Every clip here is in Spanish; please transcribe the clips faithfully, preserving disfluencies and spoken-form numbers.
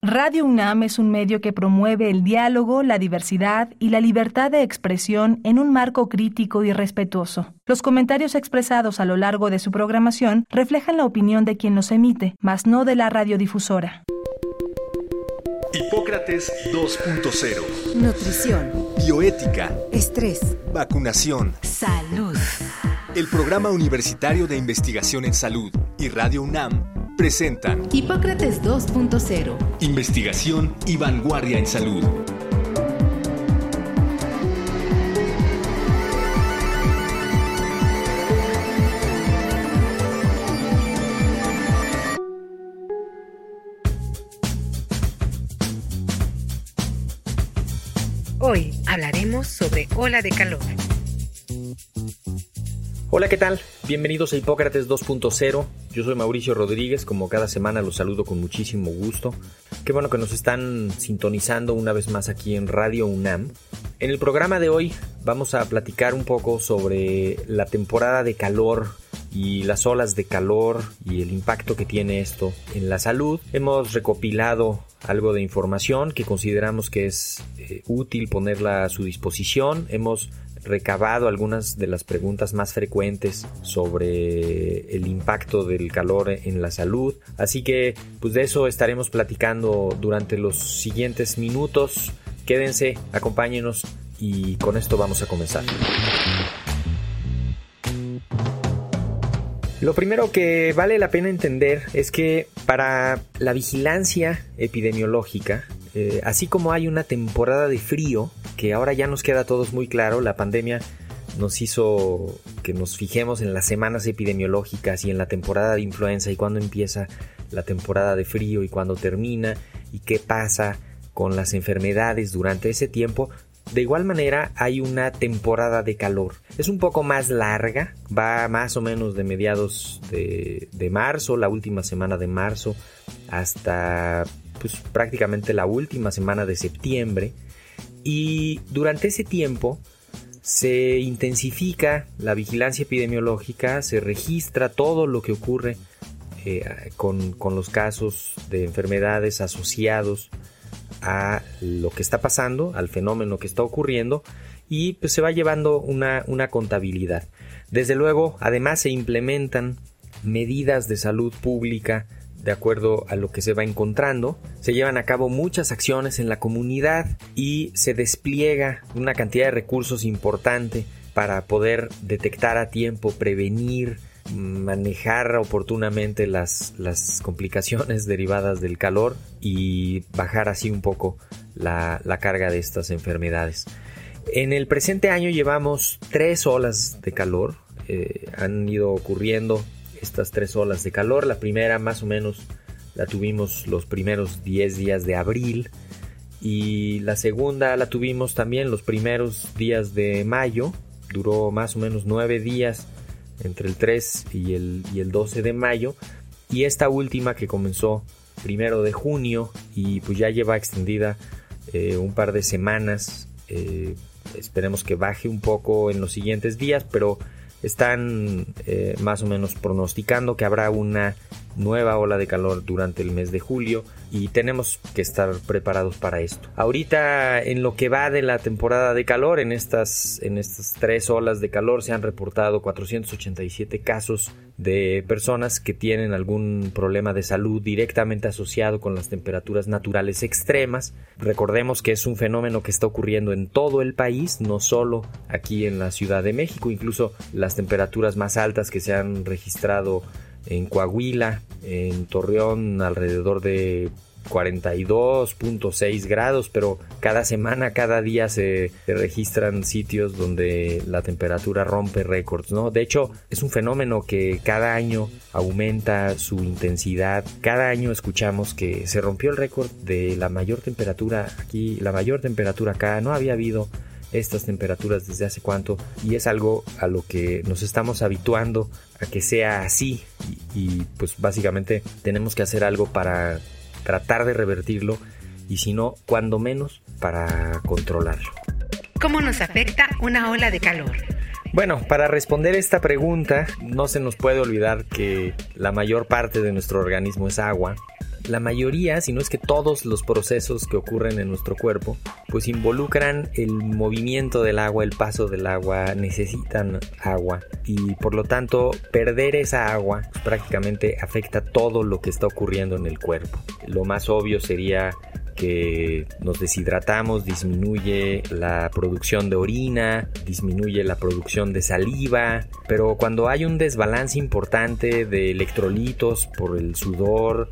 Radio UNAM es un medio que promueve el diálogo, la diversidad y la libertad de expresión en un marco crítico y respetuoso. Los comentarios expresados a lo largo de su programación reflejan la opinión de quien los emite, mas no de la radiodifusora. Hipócrates dos punto cero. Nutrición. Bioética. Estrés. Vacunación. Salud. El Programa Universitario de Investigación en Salud y Radio UNAM presentan Hipócrates dos punto cero. Investigación y vanguardia en salud. Hoy hablaremos sobre ola de calor. Hola, ¿qué tal? Bienvenidos a Hipócrates dos punto cero. Yo soy Mauricio Rodríguez, como cada semana los saludo con muchísimo gusto. Qué bueno que nos están sintonizando una vez más aquí en Radio UNAM. En el programa de hoy vamos a platicar un poco sobre la temporada de calor y las olas de calor y el impacto que tiene esto en la salud. Hemos recopilado algo de información que consideramos que es eh, útil ponerla a su disposición. Hemos recabado algunas de las preguntas más frecuentes sobre el impacto del calor en la salud. Así que pues de eso estaremos platicando durante los siguientes minutos. Quédense, acompáñenos y con esto vamos a comenzar. Lo primero que vale la pena entender es que para la vigilancia epidemiológica, eh, así como hay una temporada de frío, que ahora ya nos queda a todos muy claro, la pandemia nos hizo que nos fijemos en las semanas epidemiológicas y en la temporada de influenza y cuándo empieza la temporada de frío y cuándo termina y qué pasa con las enfermedades durante ese tiempo. De igual manera hay una temporada de calor. Es un poco más larga, va más o menos de mediados de, de marzo, la última semana de marzo, hasta pues, prácticamente la última semana de septiembre. Y durante ese tiempo se intensifica la vigilancia epidemiológica, se registra todo lo que ocurre eh, con, con los casos de enfermedades asociados a lo que está pasando, al fenómeno que está ocurriendo, y pues se va llevando una, una contabilidad. Desde luego, además se implementan medidas de salud pública de acuerdo a lo que se va encontrando. Se llevan a cabo muchas acciones en la comunidad y se despliega una cantidad de recursos importante para poder detectar a tiempo, prevenir, manejar oportunamente las, las complicaciones derivadas del calor y bajar así un poco la, la carga de estas enfermedades. En el presente año llevamos tres olas de calor. Eh, han ido ocurriendo estas tres olas de calor. La primera más o menos la tuvimos los primeros diez días de abril y la segunda la tuvimos también los primeros días de mayo. Duró más o menos nueve días entre el tres y el, y el doce de mayo, y esta última que comenzó primero de junio y pues ya lleva extendida eh, un par de semanas. Eh, esperemos que baje un poco en los siguientes días, pero están eh, más o menos pronosticando que habrá una nueva ola de calor durante el mes de julio y tenemos que estar preparados para esto. Ahorita, en lo que va de la temporada de calor, en estas, en estas tres olas de calor se han reportado cuatrocientos ochenta y siete casos de personas que tienen algún problema de salud directamente asociado con las temperaturas naturales extremas. Recordemos que es un fenómeno que está ocurriendo en todo el país, no solo aquí en la Ciudad de México. Incluso las temperaturas más altas que se han registrado en Coahuila, en Torreón, alrededor de cuarenta y dos punto seis grados, pero cada semana, cada día se, se registran sitios donde la temperatura rompe récords, ¿no? De hecho, es un fenómeno que cada año aumenta su intensidad. Cada año escuchamos que se rompió el récord de la mayor temperatura aquí, la mayor temperatura acá. No había habido estas temperaturas desde hace cuánto, y es algo a lo que nos estamos habituando a que sea así y, y pues básicamente tenemos que hacer algo para tratar de revertirlo y si no, cuando menos para controlarlo. ¿Cómo nos afecta una ola de calor? Bueno, para responder esta pregunta no se nos puede olvidar que la mayor parte de nuestro organismo es agua la mayoría, si no es que todos los procesos que ocurren en nuestro cuerpo, pues involucran el movimiento del agua, el paso del agua, necesitan agua y por lo tanto perder esa agua pues, prácticamente afecta todo lo que está ocurriendo en el cuerpo. Lo más obvio sería que nos deshidratamos, disminuye la producción de orina, disminuye la producción de saliva, pero cuando hay un desbalance importante de electrolitos por el sudor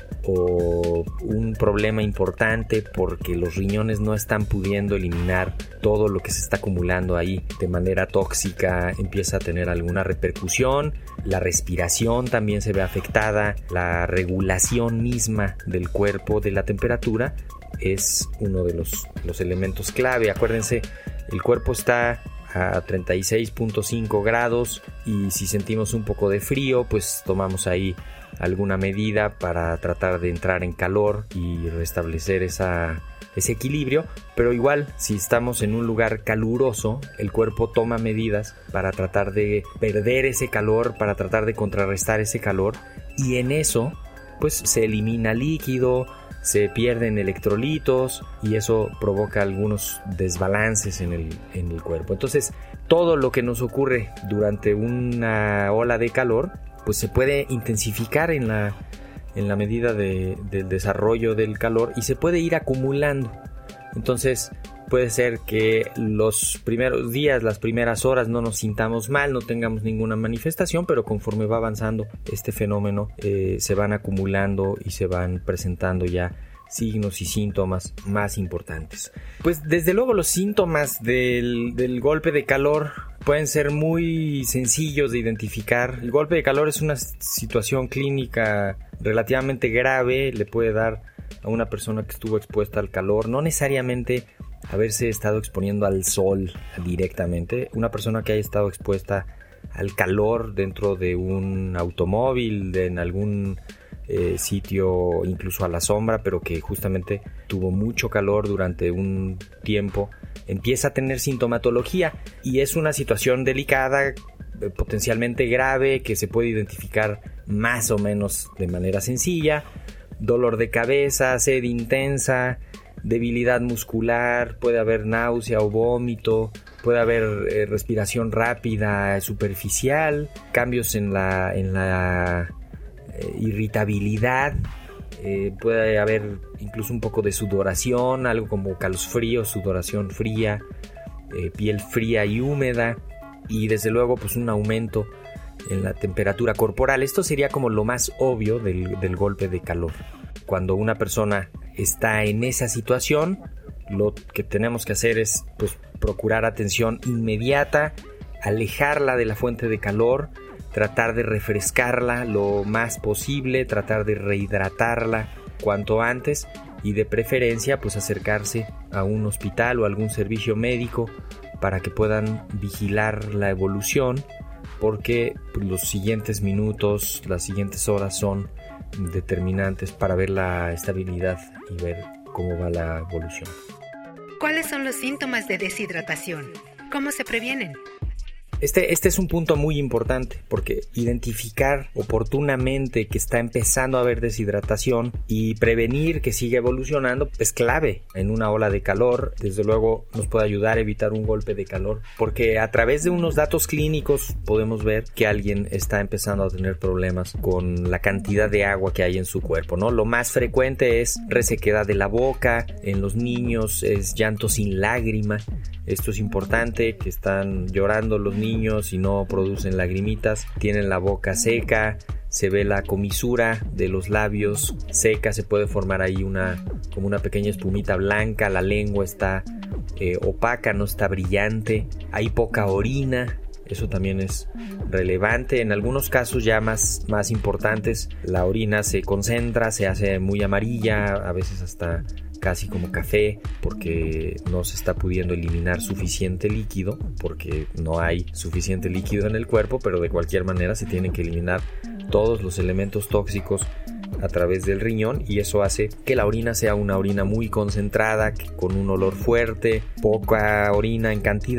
o un problema importante porque los riñones no están pudiendo eliminar todo lo que se está acumulando ahí de manera tóxica, empieza a tener alguna repercusión, la respiración también se ve afectada, la regulación misma del cuerpo de la temperatura es uno de los, los elementos clave. Acuérdense, el cuerpo está a treinta y seis punto cinco grados y si sentimos un poco de frío, pues tomamos ahí alguna medida para tratar de entrar en calor y restablecer esa, ese equilibrio, pero igual si estamos en un lugar caluroso, el cuerpo toma medidas para tratar de perder ese calor, para tratar de contrarrestar ese calor y en eso pues se elimina líquido, se pierden electrolitos y eso provoca algunos desbalances en el, en el cuerpo. Entonces todo lo que nos ocurre durante una ola de calor pues se puede intensificar en la, en la medida de, del desarrollo del calor y se puede ir acumulando. Entonces puede ser que los primeros días, las primeras horas no nos sintamos mal, no tengamos ninguna manifestación, pero conforme va avanzando este fenómeno eh, se van acumulando y se van presentando ya signos y síntomas más importantes. Pues desde luego los síntomas del, del golpe de calor pueden ser muy sencillos de identificar. El golpe de calor es una situación clínica relativamente grave, le puede dar a una persona que estuvo expuesta al calor, no necesariamente haberse estado exponiendo al sol directamente, una persona que haya estado expuesta al calor dentro de un automóvil, de, en algún eh, sitio, incluso a la sombra, pero que justamente tuvo mucho calor durante un tiempo, empieza a tener sintomatología y es una situación delicada, potencialmente grave, que se puede identificar más o menos de manera sencilla. Dolor de cabeza, sed intensa, debilidad muscular, puede haber náusea o vómito, puede haber eh, respiración rápida, superficial, cambios en la, en la eh, irritabilidad, eh, puede haber incluso un poco de sudoración, algo como calosfrío, sudoración fría, eh, piel fría y húmeda y desde luego pues un aumento en la temperatura corporal. Esto sería como lo más obvio del, del golpe de calor. Cuando una persona está en esa situación, lo que tenemos que hacer es pues, procurar atención inmediata, alejarla de la fuente de calor, tratar de refrescarla lo más posible, tratar de rehidratarla cuanto antes y de preferencia pues acercarse a un hospital o algún servicio médico para que puedan vigilar la evolución, porque los siguientes minutos, las siguientes horas son determinantes para ver la estabilidad y ver cómo va la evolución. ¿Cuáles son los síntomas de deshidratación? ¿Cómo se previenen? Este, este es un punto muy importante porque identificar oportunamente que está empezando a haber deshidratación y prevenir que siga evolucionando es clave en una ola de calor. Desde luego nos puede ayudar a evitar un golpe de calor porque a través de unos datos clínicos podemos ver que alguien está empezando a tener problemas con la cantidad de agua que hay en su cuerpo, ¿no? Lo más frecuente es resequedad de la boca, en los niños es llanto sin lágrima. Esto es importante, que están llorando los niños y no producen lagrimitas, tienen la boca seca, se ve la comisura de los labios seca, se puede formar ahí una como una pequeña espumita blanca, la lengua está eh, opaca, no está brillante, hay poca orina. Eso también es relevante. En algunos casos ya más, más importantes, la orina se concentra, se hace muy amarilla, a veces hasta casi como café, porque no se está pudiendo eliminar suficiente líquido, porque no hay suficiente líquido en el cuerpo, pero de cualquier manera se tienen que eliminar todos los elementos tóxicos a través del riñón y eso hace que la orina sea una orina muy concentrada, con un olor fuerte, poca orina en cantidad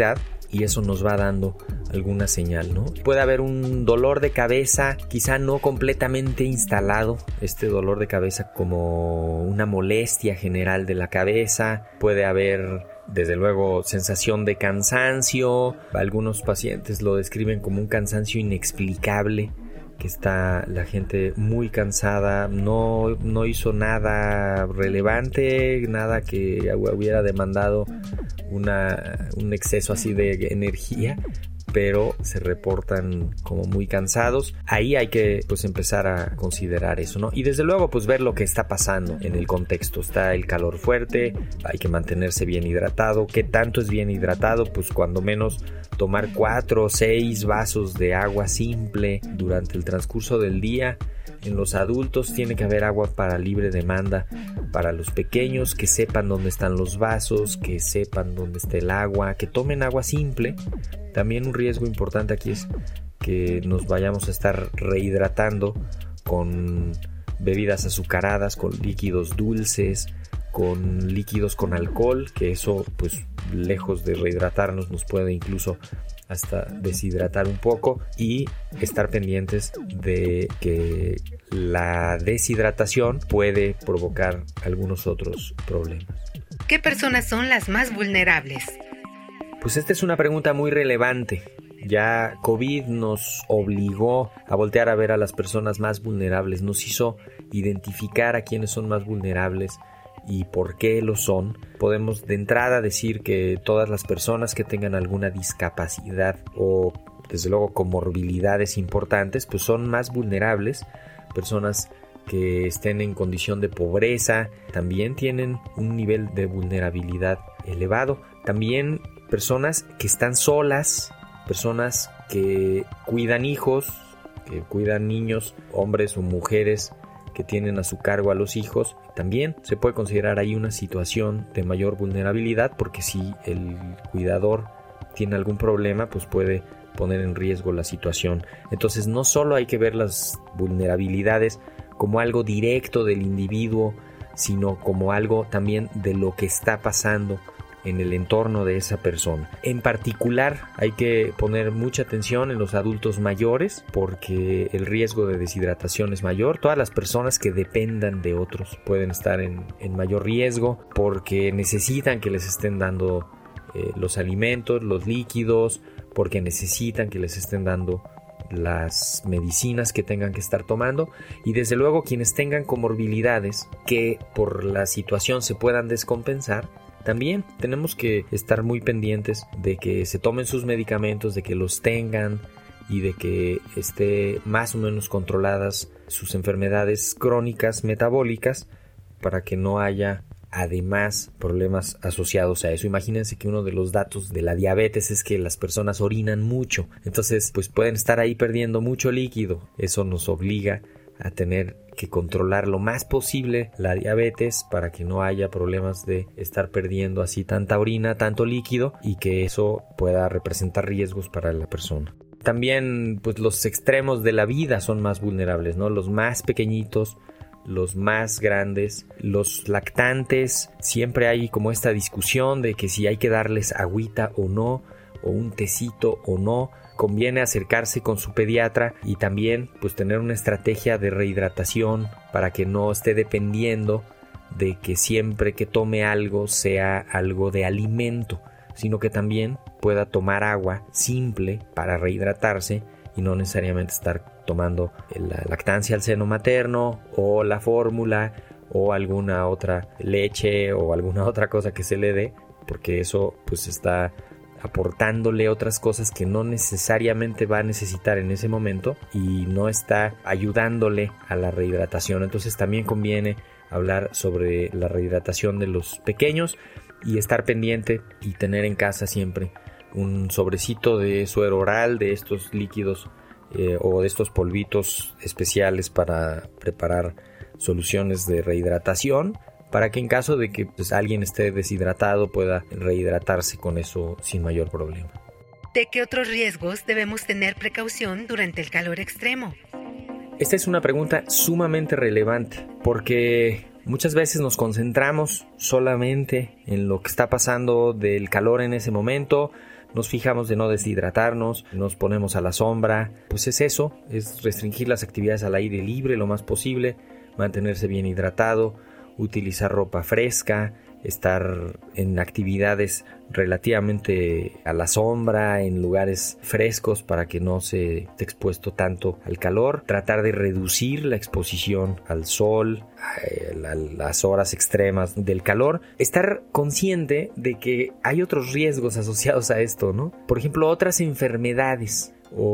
y eso nos va dando alguna señal, ¿no? Puede haber un dolor de cabeza, quizá no completamente instalado, este dolor de cabeza como una molestia general de la cabeza. Puede haber, desde luego, sensación de cansancio. Algunos pacientes lo describen como un cansancio inexplicable, que está la gente muy cansada, no, no hizo nada relevante, nada que hubiera demandado una, un exceso así de energía, pero se reportan como muy cansados. Ahí hay que pues empezar a considerar eso, ¿no? Y desde luego pues ver lo que está pasando en el contexto. Está el calor fuerte, hay que mantenerse bien hidratado. ¿Qué tanto es bien hidratado? Pues cuando menos tomar cuatro o seis vasos de agua simple durante el transcurso del día. En los adultos tiene que haber agua para libre demanda. Para los pequeños, que sepan dónde están los vasos, que sepan dónde está el agua, que tomen agua simple. También un riesgo importante aquí es que nos vayamos a estar rehidratando con bebidas azucaradas, con líquidos dulces, con líquidos con alcohol, que eso pues lejos de rehidratarnos nos puede incluso hasta deshidratar un poco, y estar pendientes de que la deshidratación puede provocar algunos otros problemas. ¿Qué personas son las más vulnerables? Pues esta es una pregunta muy relevante. Ya COVID nos obligó a voltear a ver a las personas más vulnerables, nos hizo identificar a quienes son más vulnerables y por qué lo son. Podemos de entrada decir que todas las personas que tengan alguna discapacidad o desde luego comorbilidades importantes pues son más vulnerables. Personas que estén en condición de pobreza también tienen un nivel de vulnerabilidad elevado. También personas que están solas, personas que cuidan hijos, que cuidan niños, hombres o mujeres que tienen a su cargo a los hijos, también se puede considerar ahí una situación de mayor vulnerabilidad, porque si el cuidador tiene algún problema, pues puede poner en riesgo la situación. Entonces no solo hay que ver las vulnerabilidades como algo directo del individuo, sino como algo también de lo que está pasando en el entorno de esa persona. En particular hay que poner mucha atención en los adultos mayores, porque el riesgo de deshidratación es mayor. Todas las personas que dependan de otros pueden estar en, en mayor riesgo, porque necesitan que les estén dando eh, los alimentos, los líquidos, porque necesitan que les estén dando las medicinas que tengan que estar tomando, y desde luego quienes tengan comorbilidades que por la situación se puedan descompensar. También tenemos que estar muy pendientes de que se tomen sus medicamentos, de que los tengan y de que esté más o menos controladas sus enfermedades crónicas metabólicas, para que no haya además problemas asociados a eso. Imagínense que uno de los datos de la diabetes es que las personas orinan mucho, entonces pues pueden estar ahí perdiendo mucho líquido. Eso nos obliga a tener que controlar lo más posible la diabetes para que no haya problemas de estar perdiendo así tanta orina, tanto líquido, y que eso pueda representar riesgos para la persona. También pues los extremos de la vida son más vulnerables, ¿no? Los más pequeñitos, los más grandes, los lactantes. Siempre hay como esta discusión de que si hay que darles agüita o no, o un tecito o no. Conviene acercarse con su pediatra y también pues tener una estrategia de rehidratación para que no esté dependiendo de que siempre que tome algo sea algo de alimento, sino que también pueda tomar agua simple para rehidratarse y no necesariamente estar tomando la lactancia al seno materno o la fórmula o alguna otra leche o alguna otra cosa que se le dé, porque eso pues está aportándole otras cosas que no necesariamente va a necesitar en ese momento y no está ayudándole a la rehidratación. Entonces también conviene hablar sobre la rehidratación de los pequeños y estar pendiente y tener en casa siempre un sobrecito de suero oral, de estos líquidos eh, o de estos polvitos especiales para preparar soluciones de rehidratación, para que en caso de que pues, alguien esté deshidratado pueda rehidratarse con eso sin mayor problema. ¿De qué otros riesgos debemos tener precaución durante el calor extremo? Esta es una pregunta sumamente relevante, porque muchas veces nos concentramos solamente en lo que está pasando del calor en ese momento, nos fijamos de no deshidratarnos, nos ponemos a la sombra, pues es eso, es restringir las actividades al aire libre lo más posible, mantenerse bien hidratado, utilizar ropa fresca, estar en actividades relativamente a la sombra, en lugares frescos para que no se esté expuesto tanto al calor, tratar de reducir la exposición al sol, a las horas extremas del calor, estar consciente de que hay otros riesgos asociados a esto, ¿no? Por ejemplo, otras enfermedades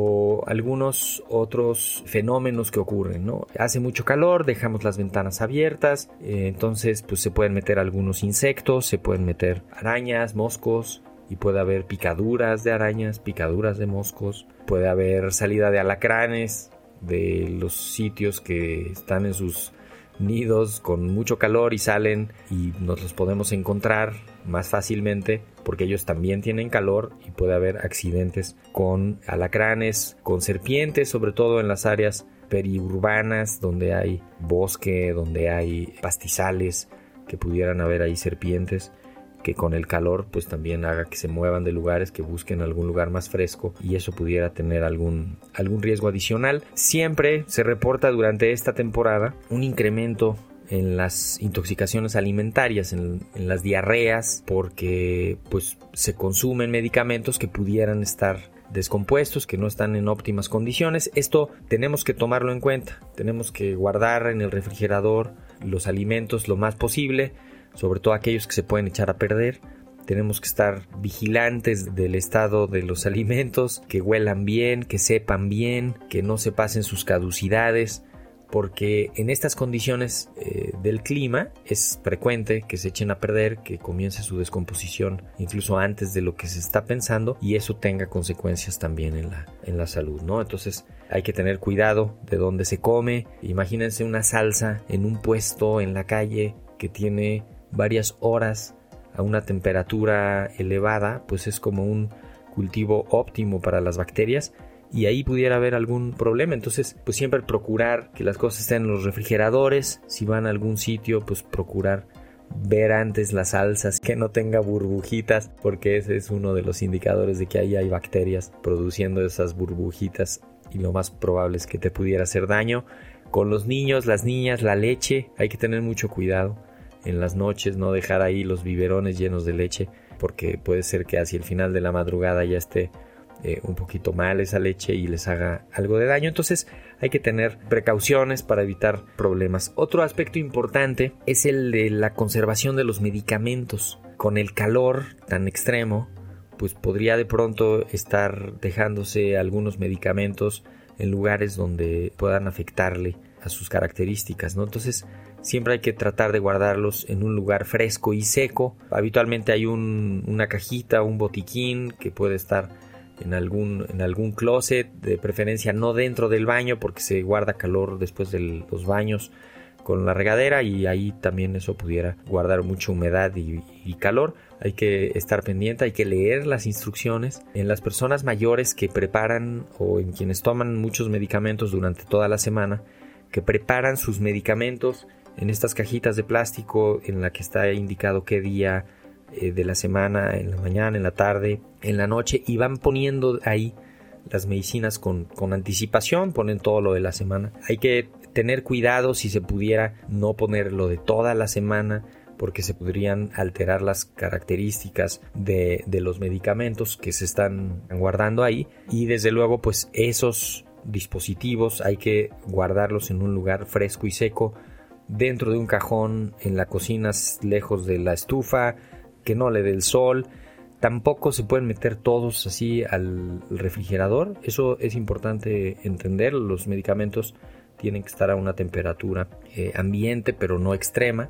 o algunos otros fenómenos que ocurren, ¿no? Hace mucho calor, dejamos las ventanas abiertas, eh, entonces pues se pueden meter algunos insectos, se pueden meter arañas, moscos, y puede haber picaduras de arañas, picaduras de moscos, puede haber salida de alacranes de los sitios que están en sus nidos con mucho calor y salen y nos los podemos encontrar más fácilmente porque ellos también tienen calor y puede haber accidentes con alacranes, con serpientes, sobre todo en las áreas periurbanas donde hay bosque, donde hay pastizales, que pudieran haber ahí serpientes que con el calor pues también haga que se muevan de lugares, que busquen algún lugar más fresco y eso pudiera tener algún, algún riesgo adicional. Siempre se reporta durante esta temporada un incremento en las intoxicaciones alimentarias, en, en las diarreas, porque pues se consumen medicamentos que pudieran estar descompuestos, que no están en óptimas condiciones. Esto tenemos que tomarlo en cuenta, tenemos que guardar en el refrigerador los alimentos lo más posible, sobre todo aquellos que se pueden echar a perder. Tenemos que estar vigilantes del estado de los alimentos, que huelan bien, que sepan bien, que no se pasen sus caducidades, porque en estas condiciones eh, del clima es frecuente que se echen a perder, que comience su descomposición incluso antes de lo que se está pensando y eso tenga consecuencias también en la, en la salud, ¿no? Entonces hay que tener cuidado de dónde se come. Imagínense una salsa en un puesto en la calle que tiene varias horas a una temperatura elevada, pues es como un cultivo óptimo para las bacterias y ahí pudiera haber algún problema. Entonces pues siempre procurar que las cosas estén en los refrigeradores. Si van a algún sitio pues procurar ver antes las salsas, que no tenga burbujitas, porque ese es uno de los indicadores de que ahí hay bacterias produciendo esas burbujitas y lo más probable es que te pudiera hacer daño. Con los niños, las niñas, la leche, hay que tener mucho cuidado en las noches, no dejar ahí los biberones llenos de leche, porque puede ser que hacia el final de la madrugada ya esté eh, un poquito mal esa leche y les haga algo de daño. Entonces hay que tener precauciones para evitar problemas. Otro aspecto importante es el de la conservación de los medicamentos. Con el calor tan extremo, pues podría de pronto estar dejándose algunos medicamentos en lugares donde puedan afectarle a sus características, ¿no? Entonces siempre hay que tratar de guardarlos en un lugar fresco y seco. Habitualmente hay un, una cajita, un botiquín que puede estar en algún, en algún closet, de preferencia no dentro del baño porque se guarda calor después de los baños con la regadera y ahí también eso pudiera guardar mucha humedad y, y calor. Hay que estar pendiente, hay que leer las instrucciones. En las personas mayores que preparan o en quienes toman muchos medicamentos durante toda la semana, que preparan sus medicamentos en estas cajitas de plástico en la que está indicado qué día eh, de la semana, en la mañana, en la tarde, en la noche, y van poniendo ahí las medicinas con, con anticipación, ponen todo lo de la semana. Hay que tener cuidado si se pudiera no poner lo de toda la semana, porque se podrían alterar las características de, de los medicamentos que se están guardando ahí, y desde luego pues esos dispositivos hay que guardarlos en un lugar fresco y seco, dentro de un cajón en la cocina, lejos de la estufa, que no le dé el sol. Tampoco se pueden meter todos así al refrigerador, eso es importante entender. Los medicamentos tienen que estar a una temperatura eh, ambiente pero no extrema,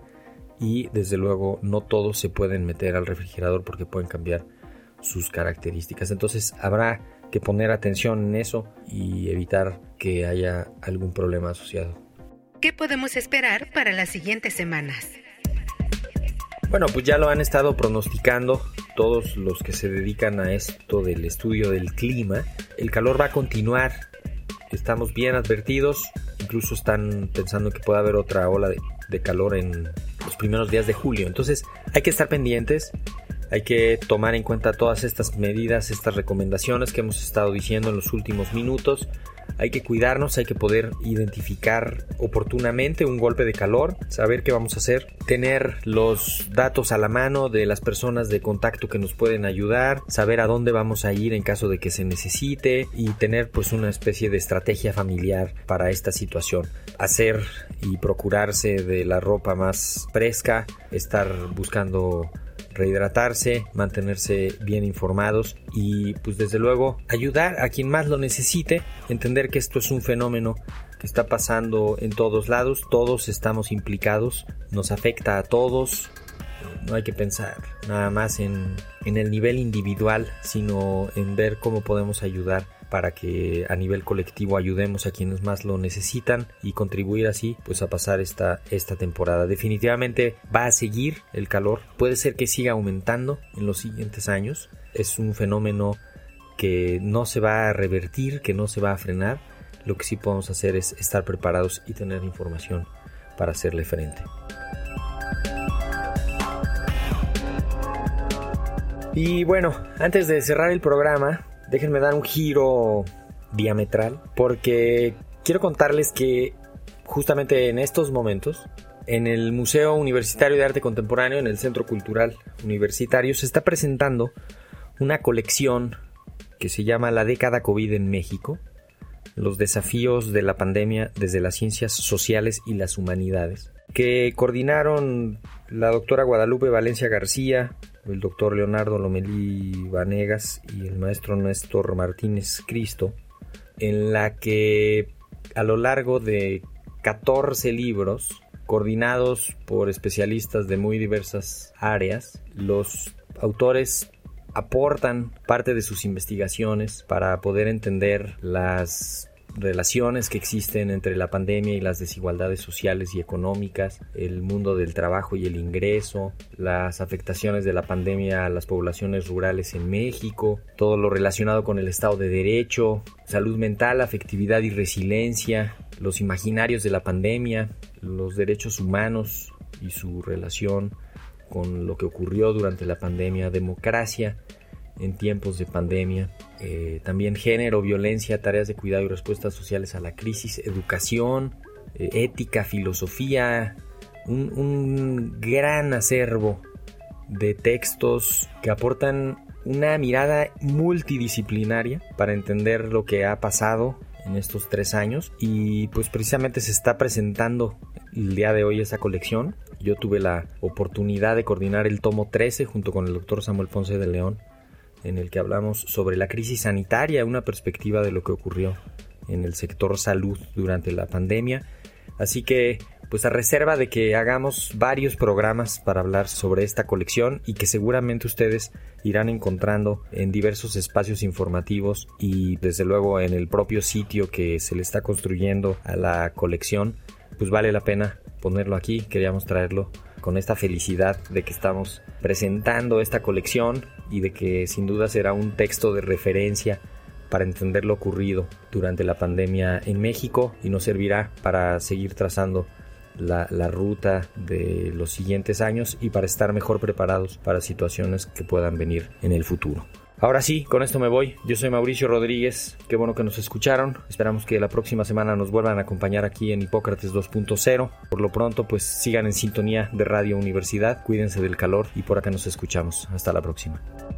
y desde luego no todos se pueden meter al refrigerador porque pueden cambiar sus características. Entonces habrá que poner atención en eso y evitar que haya algún problema asociado. ¿Qué podemos esperar para las siguientes semanas? Bueno, pues ya lo han estado pronosticando todos los que se dedican a esto del estudio del clima. El calor va a continuar, estamos bien advertidos, incluso están pensando que puede haber otra ola de, de calor en los primeros días de julio. Entonces hay que estar pendientes, Hay que tomar en cuenta todas estas medidas, estas recomendaciones que hemos estado diciendo en los últimos minutos. Hay que cuidarnos, hay que poder identificar oportunamente un golpe de calor, saber qué vamos a hacer, tener los datos a la mano de las personas de contacto que nos pueden ayudar, saber a dónde vamos a ir en caso de que se necesite y tener pues una especie de estrategia familiar para esta situación. Hacer y procurarse de la ropa más fresca, estar buscando rehidratarse, mantenerse bien informados y pues desde luego ayudar a quien más lo necesite, entender que esto es un fenómeno que está pasando en todos lados, todos estamos implicados, nos afecta a todos, no hay que pensar nada más en, en el nivel individual, sino en ver cómo podemos ayudar para que a nivel colectivo ayudemos a quienes más lo necesitan y contribuir así pues a pasar esta, esta temporada. Definitivamente va a seguir el calor, puede ser que siga aumentando en los siguientes años, es un fenómeno que no se va a revertir, que no se va a frenar. Lo que sí podemos hacer es estar preparados y tener información para hacerle frente. Y bueno, antes de cerrar el programa, déjenme dar un giro diametral porque quiero contarles que justamente en estos momentos en el Museo Universitario de Arte Contemporáneo, en el Centro Cultural Universitario, se está presentando una colección que se llama La década COVID en México, los desafíos de la pandemia desde las ciencias sociales y las humanidades, que coordinaron la doctora Guadalupe Valencia García, el doctor Leonardo Lomelí Vanegas y el maestro Néstor Martínez Cristo, en la que a lo largo de catorce libros, coordinados por especialistas de muy diversas áreas, los autores aportan parte de sus investigaciones para poder entender las relaciones que existen entre la pandemia y las desigualdades sociales y económicas, el mundo del trabajo y el ingreso, las afectaciones de la pandemia a las poblaciones rurales en México, todo lo relacionado con el Estado de Derecho, salud mental, afectividad y resiliencia, los imaginarios de la pandemia, los derechos humanos y su relación con lo que ocurrió durante la pandemia, democracia en tiempos de pandemia, eh, también género, violencia, tareas de cuidado y respuestas sociales a la crisis, educación, eh, ética, filosofía, un, un gran acervo de textos que aportan una mirada multidisciplinaria para entender lo que ha pasado en estos tres años y pues precisamente se está presentando el día de hoy esa colección. Yo tuve la oportunidad de coordinar el tomo trece junto con el doctor Samuel Ponce de León, en el que hablamos sobre la crisis sanitaria, una perspectiva de lo que ocurrió en el sector salud durante la pandemia. Así que, pues a reserva de que hagamos varios programas para hablar sobre esta colección y que seguramente ustedes irán encontrando en diversos espacios informativos y desde luego en el propio sitio que se le está construyendo a la colección, pues vale la pena ponerlo aquí. Queríamos traerlo con esta felicidad de que estamos presentando esta colección y de que sin duda será un texto de referencia para entender lo ocurrido durante la pandemia en México y nos servirá para seguir trazando la, la ruta de los siguientes años y para estar mejor preparados para situaciones que puedan venir en el futuro. Ahora sí, con esto me voy. Yo soy Mauricio Rodríguez. Qué bueno que nos escucharon. Esperamos que la próxima semana nos vuelvan a acompañar aquí en Hipócrates dos punto cero. Por lo pronto, pues sigan en sintonía de Radio Universidad. Cuídense del calor y por acá nos escuchamos. Hasta la próxima.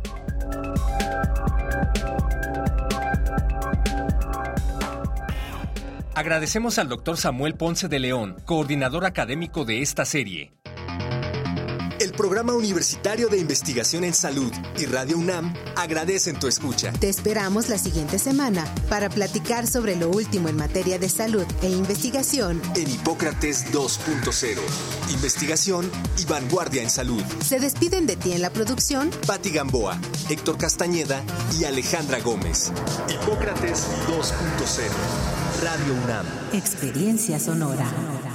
Agradecemos al doctor Samuel Ponce de León, coordinador académico de esta serie. El Programa Universitario de Investigación en Salud y Radio UNAM agradecen tu escucha. Te esperamos la siguiente semana para platicar sobre lo último en materia de salud e investigación en Hipócrates dos punto cero. Investigación y vanguardia en salud. Se despiden de ti en la producción Patti Gamboa, Héctor Castañeda y Alejandra Gómez. Hipócrates dos punto cero. Radio UNAM. Experiencia sonora.